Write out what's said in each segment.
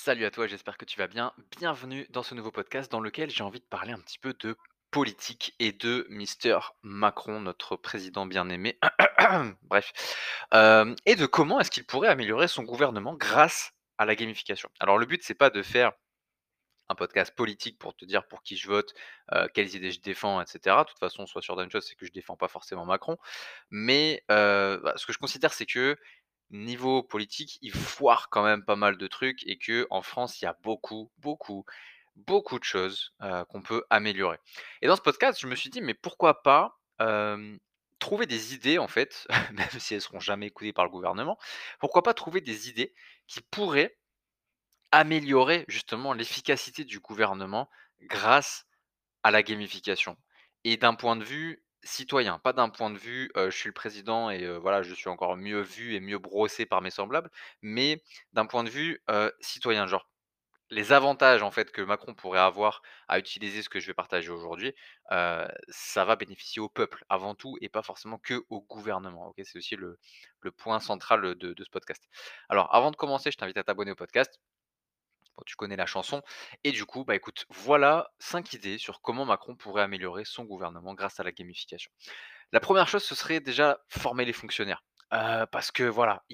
Salut à toi, j'espère que tu vas bien. Bienvenue dans ce nouveau podcast dans lequel j'ai envie de parler un petit peu de politique et de Mister Macron, notre président bien-aimé. Bref. Et de comment est-ce qu'il pourrait améliorer son gouvernement grâce à la gamification. Alors le but, c'est pas de faire un podcast politique pour te dire pour qui je vote, quelles idées je défends, etc. De toute façon, sois sûr d'une chose, c'est que je défends pas forcément Macron. Mais ce que je considère, c'est que niveau politique, il foire quand même pas mal de trucs et que en France, il y a beaucoup, beaucoup, beaucoup de choses, qu'on peut améliorer. Et dans ce podcast, je me suis dit: «Mais pourquoi pas, trouver des idées en fait, même si elles seront jamais écoutées par le gouvernement, pourquoi pas trouver des idées qui pourraient améliorer justement l'efficacité du gouvernement grâce à la gamification et d'un point de vue citoyen, pas d'un point de vue, je suis le président et voilà, je suis encore mieux vu et mieux brossé par mes semblables, mais d'un point de vue, citoyen. Genre, les avantages en fait que Macron pourrait avoir à utiliser ce que je vais partager aujourd'hui, ça va bénéficier au peuple avant tout et pas forcément que au gouvernement, OK? C'est aussi le point central, de ce podcast. Alors avant de commencer, je t'invite à t'abonner au podcast. Bon, tu connais la chanson. Et du coup, bah écoute, voilà 5 idées sur comment Macron pourrait améliorer son gouvernement grâce à la gamification. La première chose, ce serait déjà former les fonctionnaires. Parce que voilà,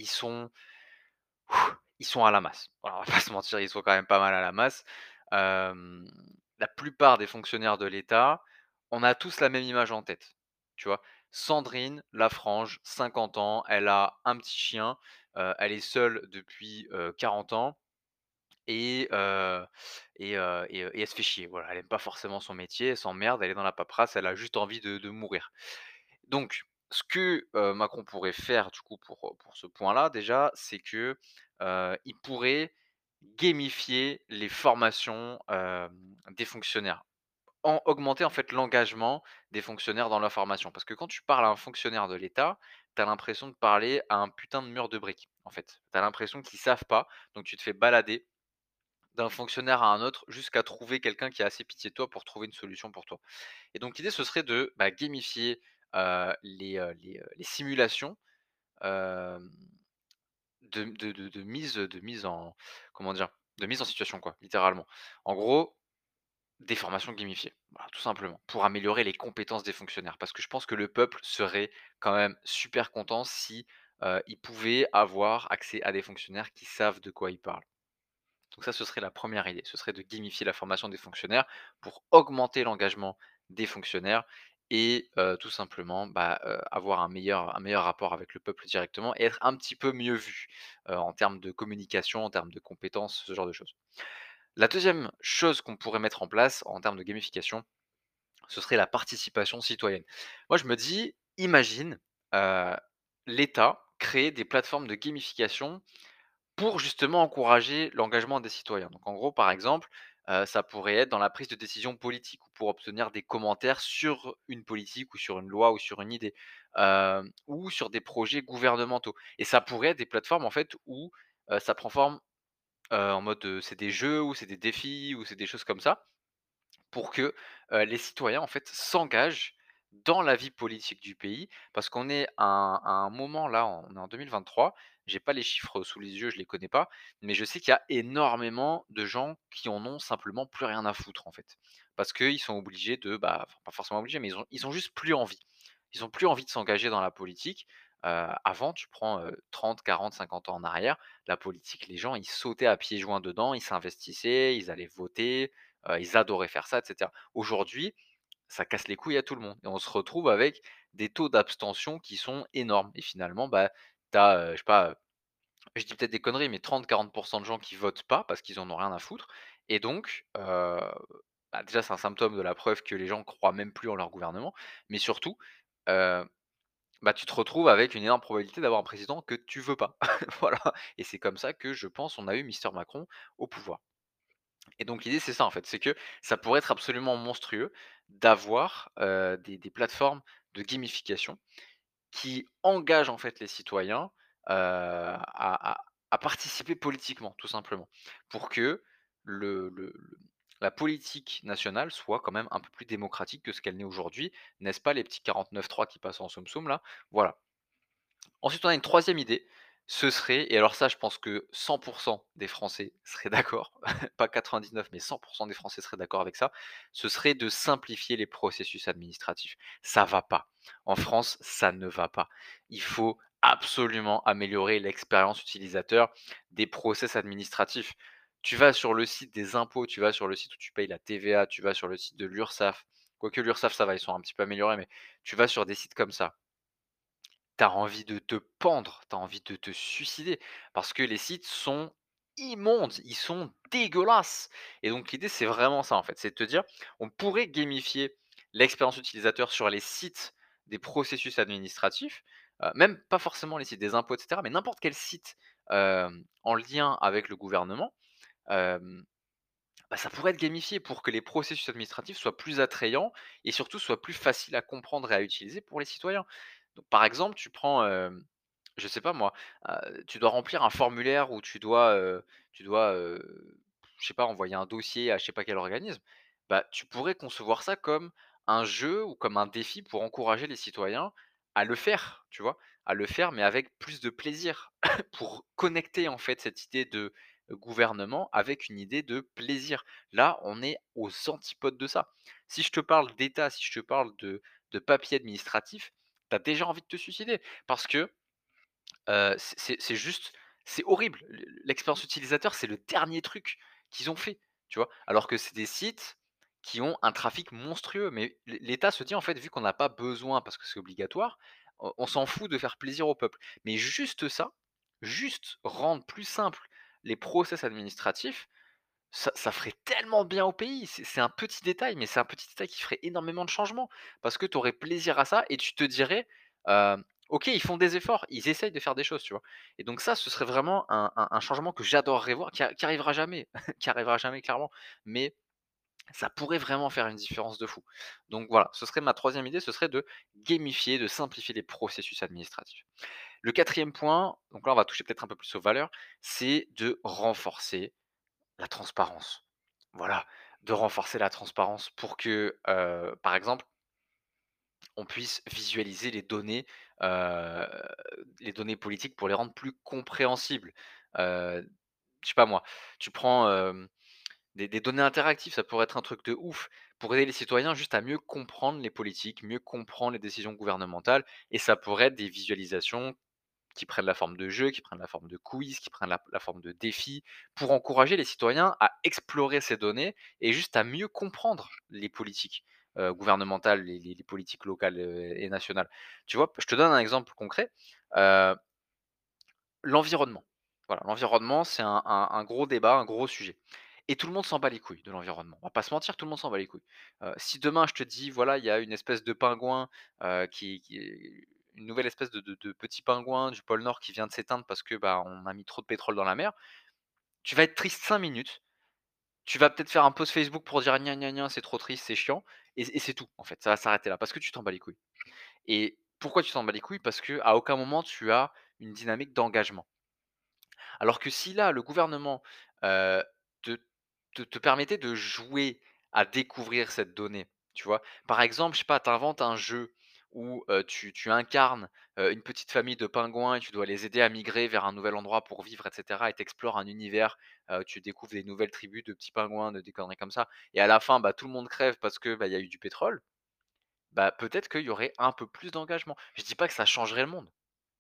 ils sont à la masse. Voilà, on va pas se mentir, ils sont quand même pas mal à la masse. Hem, la plupart des fonctionnaires de l'État, on a tous la même image en tête, tu vois? Sandrine Lafrange, 50 ans, elle a un petit chien, elle est seule depuis, 40 ans et elle se fait chier, voilà. Elle aime pas forcément son métier, elle s'emmerde, elle est dans la paperasse, elle a juste envie de mourir. Donc ce que, Macron pourrait faire du coup pour ce point-là déjà, c'est que, il pourrait gamifier les formations, des fonctionnaires. Augmenter en fait l'engagement des fonctionnaires dans la formation. Parce que quand tu parles à un fonctionnaire de l'État, tu as l'impression de parler à un putain de mur de briques, en fait. Tu as l'impression qu'ils savent pas, donc tu te fais balader d'un fonctionnaire à un autre jusqu'à trouver quelqu'un qui a assez pitié de toi pour trouver une solution pour toi. Et donc l'idée ce serait de, bah, gamifier, les simulations, hem, de mise en comment dire? De mise en situation quoi, littéralement. En gros, des formations gamifiées, voilà, tout simplement, pour améliorer les compétences des fonctionnaires. Parce que je pense que le peuple serait quand même super content si, il pouvait avoir accès à des fonctionnaires qui savent de quoi ils parlent. Donc ça, ce serait la première idée, ce serait de gamifier la formation des fonctionnaires pour augmenter l'engagement des fonctionnaires et tout simplement, bah, avoir un meilleur rapport avec le peuple directement et être un petit peu mieux vu, en termes de communication, en termes de compétences, ce genre de choses. La deuxième chose qu'on pourrait mettre en place en termes de gamification, ce serait la participation citoyenne. Moi, je me dis, imagine, heu, l'État créer des plateformes de gamification pour justement encourager l'engagement des citoyens. Donc en gros, par exemple, ça pourrait être dans la prise de décision politique ou pour obtenir des commentaires sur une politique ou sur une loi ou sur une idée, ou sur des projets gouvernementaux et ça pourrait être des plateformes en fait où, ça prend forme, en mode, c'est des jeux ou c'est des défis ou c'est des choses comme ça pour que, les citoyens en fait s'engagent dans la vie politique du pays. Parce qu'on est à un moment là, on est en 2023, j'ai pas les chiffres sous les yeux, je les connais pas, mais je sais qu'il y a énormément de gens qui en ont simplement plus rien à foutre en fait. Parce qu'ils sont obligés de, bah, enfin pas forcément obligés, mais ils ont juste plus envie. Ils ont plus envie de s'engager dans la politique. Avant, tu prends, 30, 40, 50 ans en arrière, la politique, les gens, ils sautaient à pieds joints dedans, ils s'investissaient, ils allaient voter, ils adoraient faire ça et cetera. Aujourd'hui, ça casse les couilles à tout le monde et on se retrouve avec des taux d'abstention qui sont énormes et finalement, bah, tu as, je sais pas, je dis peut-être des conneries, mais 30-40 de gens qui votent pas parce qu'ils en ont rien à foutre et donc bah, déjà, c'est un symptôme de la preuve que les gens croient même plus en leur gouvernement, mais surtout, heu, bah, tu te retrouves avec une énorme probabilité d'avoir un président que tu veux pas. Voilà et c'est comme ça que je pense on a eu Mister Macron au pouvoir. Et donc l'idée, c'est ça en fait, c'est que ça pourrait être absolument monstrueux d'avoir, des plateformes de gamification qui engagent en fait les citoyens, à participer politiquement, tout simplement. Pour que la politique nationale soit quand même un peu plus démocratique que ce qu'elle n'est aujourd'hui. N'est-ce pas les petits 49.3 qui passent en soum soum là? Voilà. Ensuite, on a une troisième idée, Ce serait et alors ça, je pense que 100 des Français seraient d'accord, pas 99 mais 100 des Français seraient d'accord avec ça, ce serait de simplifier les processus administratifs. Ça va pas. En France, ça ne va pas. Il faut absolument améliorer l'expérience utilisateur des process administratifs. Tu vas sur le site des impôts, tu vas sur le site où tu payes la TVA, tu vas sur le site de l'URSSAF, quoique l'URSSAF ça va, ils sont un petit peu améliorés, mais tu vas sur des sites comme ça. T'as envie de te pendre, t'as envie de te suicider parce que les sites sont immondes, ils sont dégueulasses et donc l'idée, c'est vraiment ça, en fait, c'est de te dire: «On pourrait gamifier l'expérience utilisateur sur les sites des processus administratifs», même pas forcément les sites des impôts et cetera, mais n'importe quel site, en lien avec le gouvernement, hem, bah, ça pourrait être gamifié pour que les processus administratifs soient plus attrayants et surtout soient plus faciles à comprendre et à utiliser pour les citoyens. Donc, par exemple, tu prends, je sais pas moi, tu dois remplir un formulaire où tu dois, je sais pas, envoyer un dossier à je sais pas quel organisme. Bah, tu pourrais concevoir ça comme un jeu ou comme un défi pour encourager les citoyens à le faire, tu vois? À le faire, mais avec plus de plaisir, pour connecter en fait cette idée de gouvernement avec une idée de plaisir. Là, on est aux antipodes de ça. Si je te parle d'État, si je te parle de papier administratif, tu as déjà envie de te suicider parce que, c'est juste c'est horrible. L'expérience utilisateur, c'est le dernier truc qu'ils ont fait, tu vois? Alors que c'est des sites qui ont un trafic monstrueux, mais l'État se dit, en fait, vu qu'on n'a pas besoin parce que c'est obligatoire, on s'en fout de faire plaisir au peuple. Mais juste ça, juste rendre plus simple les process administratifs, ça ferait tellement bien au pays. C'est un petit détail, mais c'est un petit détail qui ferait énormément de changements. Parce que tu aurais plaisir à ça et tu te dirais, «OK, ils font des efforts, ils essayent de faire des choses», tu vois? Et donc ça, ce serait vraiment un changement que j'adorerais voir, qui arrivera jamais, qui arrivera jamais clairement, mais ça pourrait vraiment faire une différence de fou. Donc voilà, ce serait ma troisième idée, ce serait de gamifier, de simplifier les processus administratifs. Le quatrième point, donc là, on va toucher peut-être un peu plus aux valeurs, c'est de renforcer la transparence. Voilà, de renforcer la transparence pour que, par exemple, on puisse visualiser heu, les données politiques pour les rendre plus compréhensibles. Je sais pas moi, tu prends, des données interactives, ça pourrait être un truc de ouf pour aider les citoyens juste à mieux comprendre les politiques, mieux comprendre les décisions gouvernementales et ça pourrait être des visualisations qui prennent la forme de jeux, qui prennent la forme de quiz, qui prennent la forme de défis, pour encourager les citoyens à explorer ces données et juste à mieux comprendre les politiques, gouvernementales, les politiques locales, et nationales. Tu vois? Je te donne un exemple concret, heu, l'environnement. Voilà, l'environnement, c'est un gros débat, un gros sujet et tout le monde s'en bat les couilles de l'environnement. On va pas se mentir, tout le monde s'en bat les couilles. Si demain je te dis: «Voilà, il y a une espèce de pingouin, qui est une nouvelle espèce de petit pingouin du pôle Nord qui vient de s'éteindre parce que, bah, on a mis trop de pétrole dans la mer», tu vas être triste 5 minutes, tu vas peut-être faire un post Facebook pour dire: «Gna gna gna, c'est trop triste, c'est chiant» et c'est tout en fait, ça va s'arrêter là parce que tu t'en bats les couilles et pourquoi tu t'en bats les couilles? Parce qu'à aucun moment tu as une dynamique d'engagement. Alors que si là, le gouvernement, heu, te te permettait de jouer à découvrir cette donnée, tu vois? Par exemple, je sais pas, tu inventes un jeu où, tu incarnes, une petite famille de pingouins et tu dois les aider à migrer vers un nouvel endroit pour vivre et cetera et tu explores un univers, tu découvres des nouvelles tribus de petits pingouins, de des conneries comme ça et à la fin, bah, tout le monde crève parce que, bah, il y a eu du pétrole, bah, peut-être qu'il y aurait un peu plus d'engagement. Je dis pas que ça changerait le monde,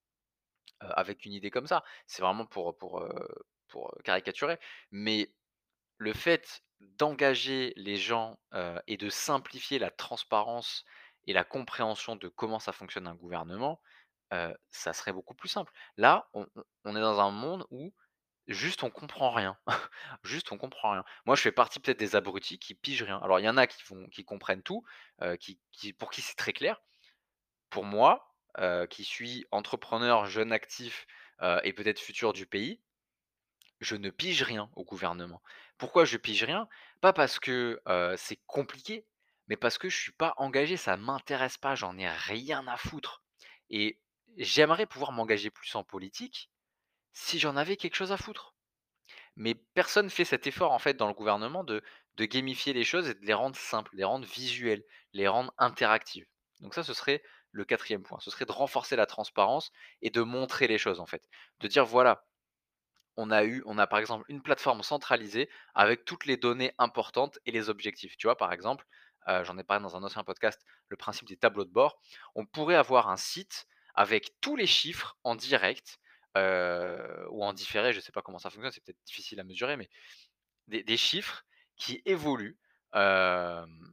avec une idée comme ça. C'est vraiment pour caricaturer. Mais le fait d'engager les gens, et de simplifier la transparence et la compréhension de comment ça fonctionne un gouvernement, ça serait beaucoup plus simple. Là, on est dans un monde où juste on comprend rien. Juste on comprend rien. Moi, je fais partie peut-être des abrutis qui pigent rien. Alors il y en a qui comprennent tout, qui pour qui c'est très clair. Pour moi, qui suis entrepreneur, jeune actif, et peut-être futur du pays, je ne pige rien au gouvernement. Pourquoi je pige rien? Pas parce que, c'est compliqué, mais parce que je suis pas engagé, ça m'intéresse pas, j'en ai rien à foutre et j'aimerais pouvoir m'engager plus en politique si j'en avais quelque chose à foutre. Mais personne fait cet effort, en fait, dans le gouvernement de gamifier les choses et de les rendre simples, les rendre visuelles, les rendre interactives. Donc ça, ce serait, le quatrième point, ce serait de renforcer la transparence et de montrer les choses en fait. De dire voilà, on a par exemple une plateforme centralisée avec toutes les données importantes et les objectifs. Tu vois, par exemple, j'en ai parlé dans un ancien podcast, le principe des tableaux de bord. On pourrait avoir un site avec tous les chiffres en direct, ou en différé, je ne sais pas comment ça fonctionne, c'est peut-être difficile à mesurer, mais des chiffres qui évoluent, hem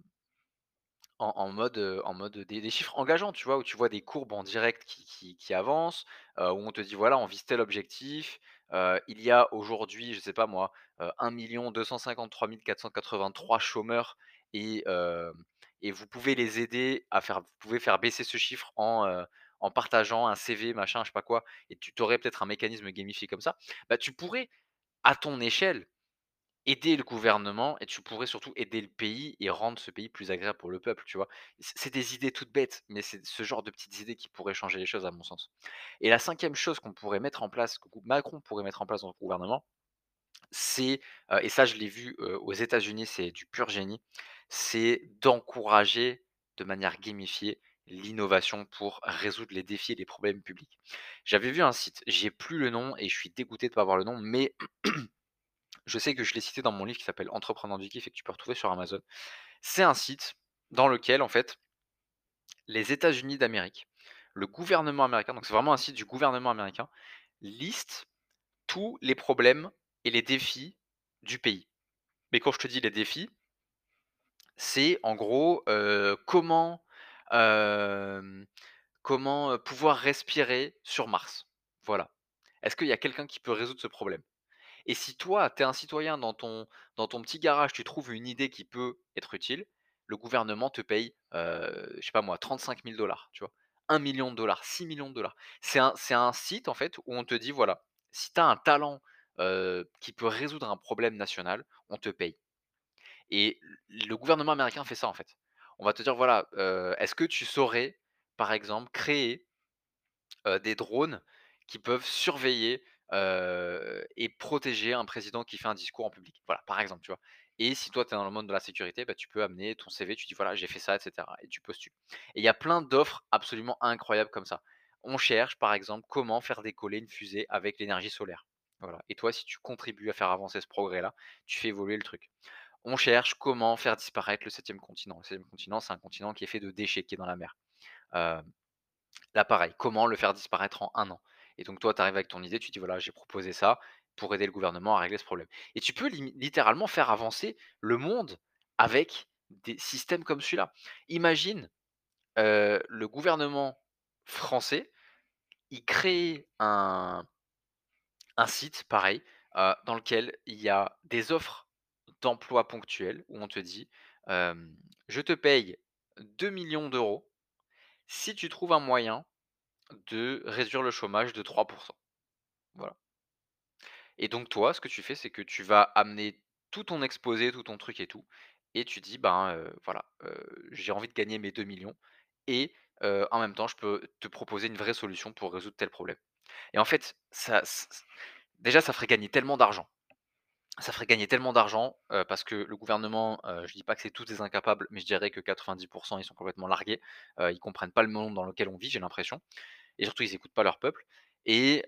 en mode des chiffres engageants, tu vois? Où tu vois des courbes en direct qui avancent, où on te dit: «Voilà, on vise tel objectif, il y a aujourd'hui, je sais pas moi, 1 253 483 chômeurs et et vous pouvez les aider à faire vous pouvez faire baisser ce chiffre en partageant un CV, machin, je sais pas quoi» et tu aurais peut-être un mécanisme gamifié comme ça. Bah, tu pourrais, à ton échelle, aider le gouvernement et tu pourrais surtout aider le pays et rendre ce pays plus agréable pour le peuple, tu vois? C'est des idées toutes bêtes, mais c'est ce genre de petites idées qui pourraient changer les choses à mon sens. Et la cinquième chose qu'on pourrait mettre en place, que Macron pourrait mettre en place dans le gouvernement, c'est, et ça je l'ai vu, aux États-Unis, c'est du pur génie, c'est d'encourager de manière gamifiée l'innovation pour résoudre les défis et les problèmes publics. J'avais vu un site, j'ai plus le nom et je suis dégoûté de pas avoir le nom, mais je sais que je l'ai cité dans mon livre qui s'appelle Entrepreneur du kiff et que tu peux retrouver sur Amazon. C'est un site dans lequel, en fait, les États-Unis d'Amérique, le gouvernement américain, donc c'est vraiment un site du gouvernement américain, liste tous les problèmes et les défis du pays. Mais quand je te dis les défis, c'est en gros, hem, comment, pouvoir respirer sur Mars. Voilà. Est-ce qu'il y a quelqu'un qui peut résoudre ce problème? Et si toi, tu es un citoyen dans ton petit garage, tu trouves une idée qui peut être utile, le gouvernement te paye, je sais pas moi, 35 000 $, tu vois? 1 million de dollars, 6 millions de dollars. C'est un site en fait où on te dit: «Voilà, si tu as un talent, qui peut résoudre un problème national, on te paye» et le gouvernement américain fait ça en fait. On va te dire: «Voilà, est-ce que tu saurais, par exemple, créer des drones qui peuvent surveiller, et protéger un président qui fait un discours en public. Voilà, par exemple, tu vois? Et si toi, tu es dans le monde de la sécurité, bah, tu peux amener ton CV, tu dis: «Voilà, j'ai fait ça» et cetera et tu postules. Et il y a plein d'offres absolument incroyables comme ça. On cherche, par exemple, comment faire décoller une fusée avec l'énergie solaire. Voilà et toi, si tu contribues à faire avancer ce progrès-là, tu fais évoluer le truc. On cherche comment faire disparaître le septième continent. Le septième continent, c'est un continent qui est fait de déchets, qui est dans la mer. Heu Là, pareil, comment le faire disparaître en 1 an? Et donc toi, tu arrives avec ton idée, tu dis: «Voilà, j'ai proposé ça pour aider le gouvernement à régler ce problème» et tu peux littéralement faire avancer le monde avec des systèmes comme celui-là. Imagine, le gouvernement français, il crée un site pareil, dans lequel il y a des offres d'emploi ponctuelles où on te dit, «Je te paye 2 millions d'euros si tu trouves un moyen de réduire le chômage de 3%. Voilà et donc toi, ce que tu fais, c'est que tu vas amener tout ton exposé, tout ton truc et tout et tu dis: «Ben, voilà, j'ai envie de gagner mes 2 millions et en même temps, je peux te proposer une vraie solution pour résoudre tel problème» et en fait, déjà, ça ferait gagner tellement d'argent. Ça ferait gagner tellement d'argent, parce que le gouvernement, je dis pas que c'est tous des incapables, mais je dirais que 90 ils sont complètement largués. Ils comprennent pas le monde dans lequel on vit, j'ai l'impression et surtout ils écoutent pas leur peuple et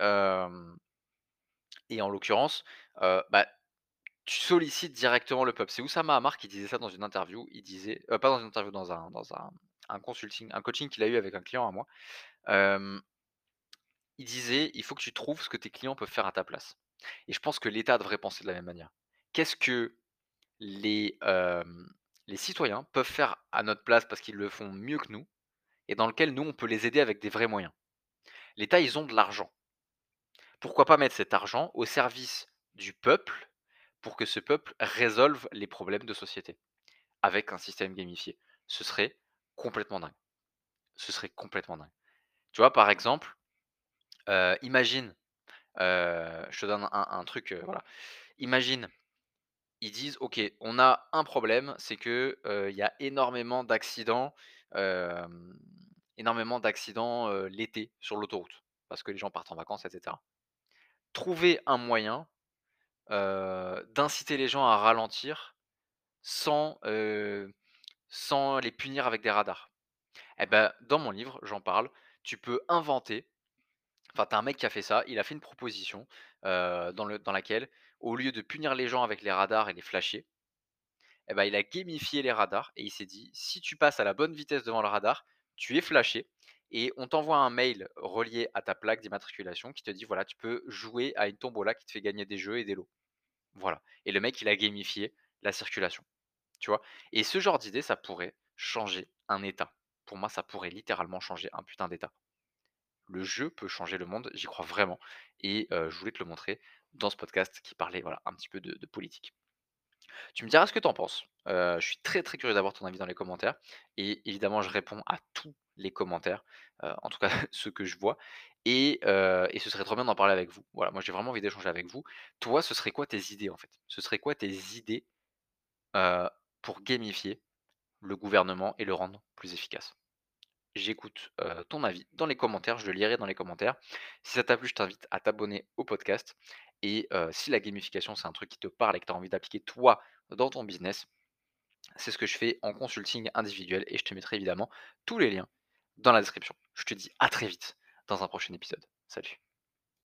en l'occurrence, bah, tu sollicites directement le peuple. C'est Oussama Hamar qui disait ça dans une interview. Il disait, pas dans une interview, un consulting, un coaching qu'il a eu avec un client à moi. Hem, il disait: «Il faut que tu trouves ce que tes clients peuvent faire à ta place» et je pense que l'État devrait penser de la même manière. Qu'est-ce que les, les citoyens peuvent faire à notre place parce qu'ils le font mieux que nous et dans lequel nous, on peut les aider avec des vrais moyens? L'État, ils ont de l'argent. Pourquoi pas mettre cet argent au service du peuple pour que ce peuple résolve les problèmes de société avec un système gamifié? Ce serait complètement dingue. Ce serait complètement dingue. Tu vois, par exemple, imagine, je te donne un truc, voilà. Imagine, ils disent: «OK, on a un problème, c'est que, il y a énormément d'accidents, l'été sur l'autoroute, parce que les gens partent en vacances et cetera. Trouver un moyen d'inciter les gens à ralentir sans, sans les punir avec des radars. Et ben dans mon livre, j'en parle, tu peux inventer. Enfin, tu as un mec qui a fait ça, il a fait une proposition, dans laquelle, au lieu de punir les gens avec les radars et les flasher, et ben il a gamifié les radars et il s'est dit: «Si tu passes à la bonne vitesse devant le radar, tu es flashé et on t'envoie un mail relié à ta plaque d'immatriculation qui te dit, voilà, tu peux jouer à une tombola qui te fait gagner des jeux et des lots». Voilà, et le mec, il a gamifié la circulation, tu vois? Et ce genre d'idée, ça pourrait changer un État. Pour moi, ça pourrait littéralement changer un putain d'État. Le jeu peut changer le monde, j'y crois vraiment et je voulais te le montrer dans ce podcast qui parlait, voilà, un petit peu de politique. Tu me diras ce que tu en penses. Je suis très, très curieux d'avoir ton avis dans les commentaires et évidemment, je réponds à tous les commentaires, en tout cas ceux que je vois et ce serait trop bien d'en parler avec vous. Voilà, moi j'ai vraiment envie d'échanger avec vous. Toi, ce serait quoi tes idées, en fait? Ce serait quoi tes idées, heu, pour gamifier le gouvernement et le rendre plus efficace? J'écoute, ton avis dans les commentaires, je le lirai dans les commentaires. Si ça t'a plu, je t'invite à t'abonner au podcast et si la gamification, c'est un truc qui te parle et que tu as envie d'appliquer toi dans ton business, c'est ce que je fais en consulting individuel et je te mettrai évidemment tous les liens dans la description. Je te dis à très vite dans un prochain épisode. Salut.